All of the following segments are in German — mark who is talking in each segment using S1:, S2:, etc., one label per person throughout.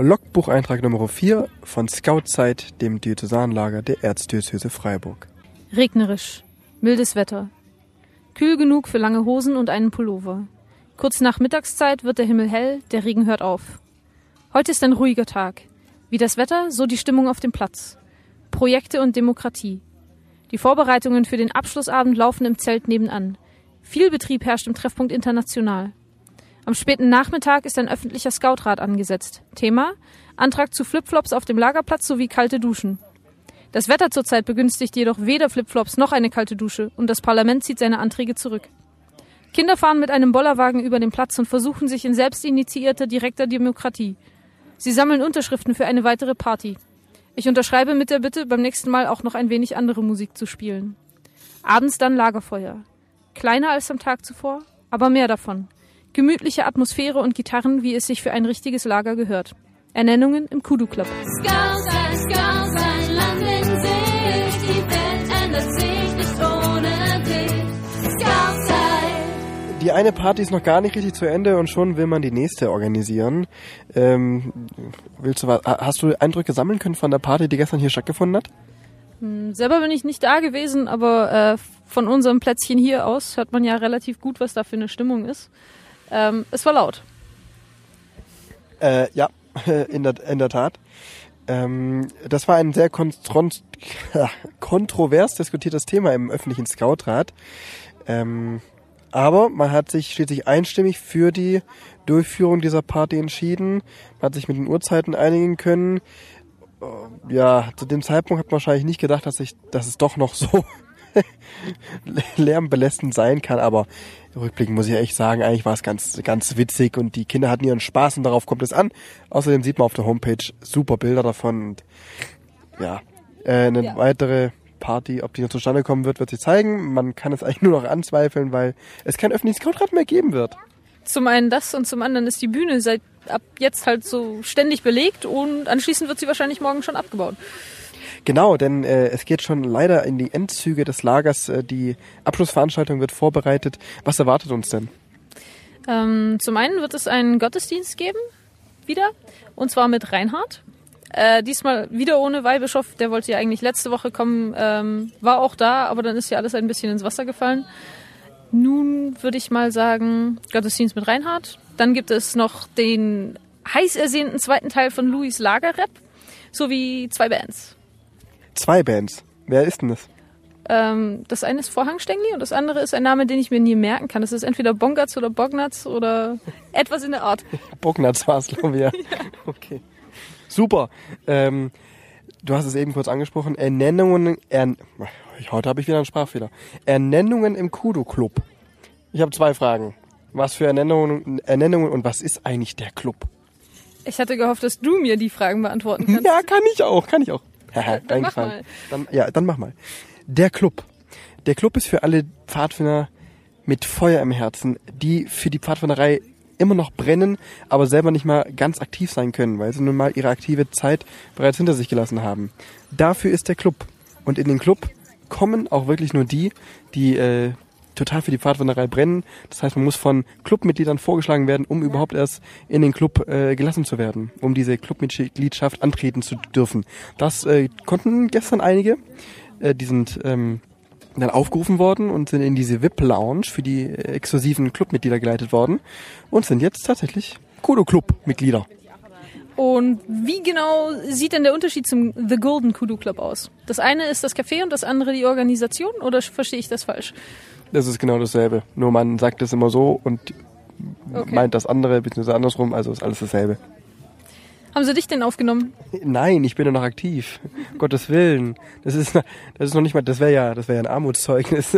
S1: Logbucheintrag Nummer 4 von Scoutzeit, dem Diözesanlager der Erzdiözese Freiburg.
S2: Regnerisch. Mildes Wetter. Kühl genug für lange Hosen und einen Pullover. Kurz nach Mittagszeit wird der Himmel hell, der Regen hört auf. Heute ist ein ruhiger Tag. Wie das Wetter, so die Stimmung auf dem Platz. Projekte und Demokratie. Die Vorbereitungen für den Abschlussabend laufen im Zelt nebenan. Viel Betrieb herrscht im Treffpunkt International. Am späten Nachmittag ist ein öffentlicher Scoutrat angesetzt. Thema: Antrag zu Flipflops auf dem Lagerplatz sowie kalte Duschen. Das Wetter zurzeit begünstigt jedoch weder Flipflops noch eine kalte Dusche und das Parlament zieht seine Anträge zurück. Kinder fahren mit einem Bollerwagen über den Platz und versuchen sich in selbstinitiierter, direkter Demokratie. Sie sammeln Unterschriften für eine weitere Party. Ich unterschreibe mit der Bitte, beim nächsten Mal auch noch ein wenig andere Musik zu spielen. Abends dann Lagerfeuer. Kleiner als am Tag zuvor, aber mehr davon. Gemütliche Atmosphäre und Gitarren, wie es sich für ein richtiges Lager gehört. Ernennungen im Kudu Club.
S3: Scouts, ein Land in Sicht. Die Welt ändert sich nicht ohne dich. Scouts.
S1: Die eine Party ist noch gar nicht richtig zu Ende und schon will man die nächste organisieren. Hast du Eindrücke sammeln können von der Party, die gestern hier stattgefunden hat?
S2: Selber bin ich nicht da gewesen, aber von unserem Plätzchen hier aus hört man ja relativ gut, was da für eine Stimmung ist. Es war laut.
S1: Ja, in der Tat. Das war ein sehr kontrovers diskutiertes Thema im öffentlichen Scoutrat. Aber man hat sich schließlich einstimmig für die Durchführung dieser Party entschieden. Man hat sich mit den Uhrzeiten einigen können. Ja, zu dem Zeitpunkt hat man wahrscheinlich nicht gedacht, dass es doch noch so lärmbelästend sein kann, aber rückblickend muss ich echt sagen, eigentlich war es ganz, ganz witzig und die Kinder hatten ihren Spaß und darauf kommt es an. Außerdem sieht man auf der Homepage super Bilder davon und ja, eine weitere Party, ob die noch zustande kommen wird, wird sich zeigen. Man kann es eigentlich nur noch anzweifeln, weil es kein öffentliches Scoutrat mehr geben wird.
S2: Zum einen das und zum anderen ist die Bühne ab jetzt halt so ständig belegt und anschließend wird sie wahrscheinlich morgen schon abgebaut.
S1: Genau, denn es geht schon leider in die Endzüge des Lagers. Die Abschlussveranstaltung wird vorbereitet. Was erwartet uns denn?
S2: Zum einen wird es einen Gottesdienst geben, wieder, und zwar mit Reinhard. Diesmal wieder ohne Weihbischof, der wollte ja eigentlich letzte Woche kommen, war auch da, aber dann ist ja alles ein bisschen ins Wasser gefallen. Nun würde ich mal sagen, Gottesdienst mit Reinhard. Dann gibt es noch den heiß ersehnten zweiten Teil von Louis Lagerrap, sowie 2 Bands.
S1: 2 Bands? Wer ist denn das?
S2: Das eine ist Vorhangstängli und das andere ist ein Name, den ich mir nie merken kann. Das ist entweder Bongatz oder Bognatz oder etwas in der Art.
S1: Bognatz war es, glaube ich, ja. Okay. Super. Du hast es eben kurz angesprochen. Heute habe ich wieder einen Sprachfehler. Ernennungen im Kudu Club. Ich habe 2 Fragen. Was für Ernennungen und was ist eigentlich der Club?
S2: Ich hatte gehofft, dass du mir die Fragen beantworten kannst.
S1: Ja, kann ich auch.
S2: Dann mach mal.
S1: Dann mach mal. Der Club. Der Club ist für alle Pfadfinder mit Feuer im Herzen, die für die Pfadfinderei immer noch brennen, aber selber nicht mal ganz aktiv sein können, weil sie nun mal ihre aktive Zeit bereits hinter sich gelassen haben. Dafür ist der Club. Und in den Club kommen auch wirklich nur die total für die Pfadfinderei brennen. Das heißt, man muss von Clubmitgliedern vorgeschlagen werden, um überhaupt erst in den Club gelassen zu werden, um diese Clubmitgliedschaft antreten zu dürfen. Das konnten gestern einige. Die sind dann aufgerufen worden und sind in diese VIP-Lounge für die exklusiven Clubmitglieder geleitet worden und sind jetzt tatsächlich Kudu-Club-Mitglieder.
S2: Und wie genau sieht denn der Unterschied zum The Golden Kudu Club aus? Das eine ist das Café und das andere die Organisation, oder verstehe ich das falsch?
S1: Das ist genau dasselbe. Nur man sagt es immer so und meint das andere, beziehungsweise andersrum, also ist alles dasselbe.
S2: Haben sie dich denn aufgenommen?
S1: Nein, ich bin ja noch aktiv. Gottes Willen. Das ist noch nicht mal, das wäre ja ein Armutszeugnis.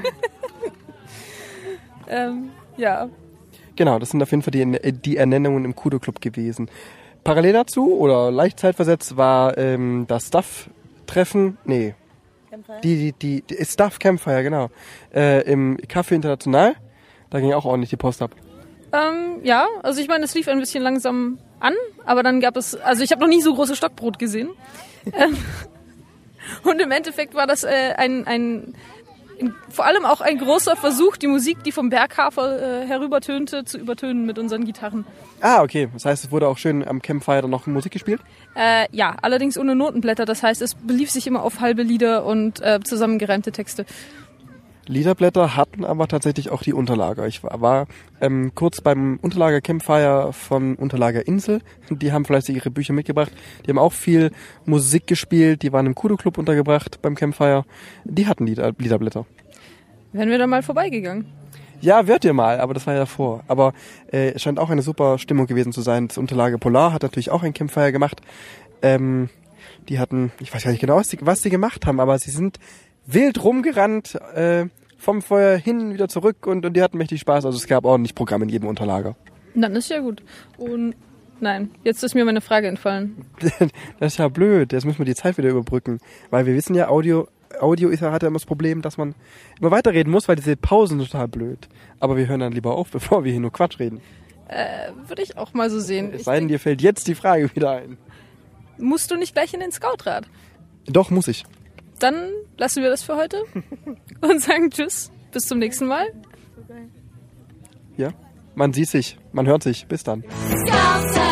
S2: Ja.
S1: Genau, das sind auf jeden Fall die Ernennungen im Kudu Club gewesen. Parallel dazu oder leicht zeitversetzt war das Staff-Treffen, die Staff Campfire, genau, im Café International. Da ging auch ordentlich die Post ab.
S2: Ja, also ich meine, es lief ein bisschen langsam an, aber dann gab es, also ich habe noch nie so große Stockbrot gesehen. Und im Endeffekt war das ein vor allem auch ein großer Versuch, die Musik, die vom Berghafer herübertönte, zu übertönen mit unseren Gitarren.
S1: Ah, okay. Das heißt, es wurde auch schön am Campfire dann noch Musik gespielt?
S2: Ja, allerdings ohne Notenblätter. Das heißt, es belief sich immer auf halbe Lieder und zusammengereimte Texte.
S1: Liederblätter hatten aber tatsächlich auch die Unterlager. Ich war kurz beim Unterlager Campfire von Unterlager Insel. Die haben fleißig ihre Bücher mitgebracht. Die haben auch viel Musik gespielt. Die waren im Kudo Club untergebracht beim Campfire. Die hatten Liederblätter.
S2: Wären wir da mal vorbeigegangen?
S1: Ja, wird ihr mal, aber das war ja davor. Aber es scheint auch eine super Stimmung gewesen zu sein. Das Unterlager Polar hat natürlich auch ein Campfire gemacht. Die hatten, ich weiß gar nicht genau, was sie gemacht haben, aber sie sind wild rumgerannt, vom Feuer hin, wieder zurück und die hatten mächtig Spaß. Also es gab ordentlich Programm in jedem Unterlager.
S2: Dann ist ja gut. Und nein, jetzt ist mir meine Frage entfallen.
S1: Das ist ja blöd, jetzt müssen wir die Zeit wieder überbrücken. Weil wir wissen ja, Audio hat ja immer das Problem, dass man immer weiterreden muss, weil diese Pausen total blöd. Aber wir hören dann lieber auf, bevor wir hier nur Quatsch reden.
S2: Würde ich auch mal so sehen.
S1: Es sei denn, dir fällt jetzt die Frage wieder ein.
S2: Musst du nicht gleich in den Scoutrat?
S1: Doch, muss ich.
S2: Dann lassen wir das für heute und sagen Tschüss. Bis zum nächsten Mal.
S1: Ja, man sieht sich, man hört sich. Bis dann.
S3: Scoutzeit.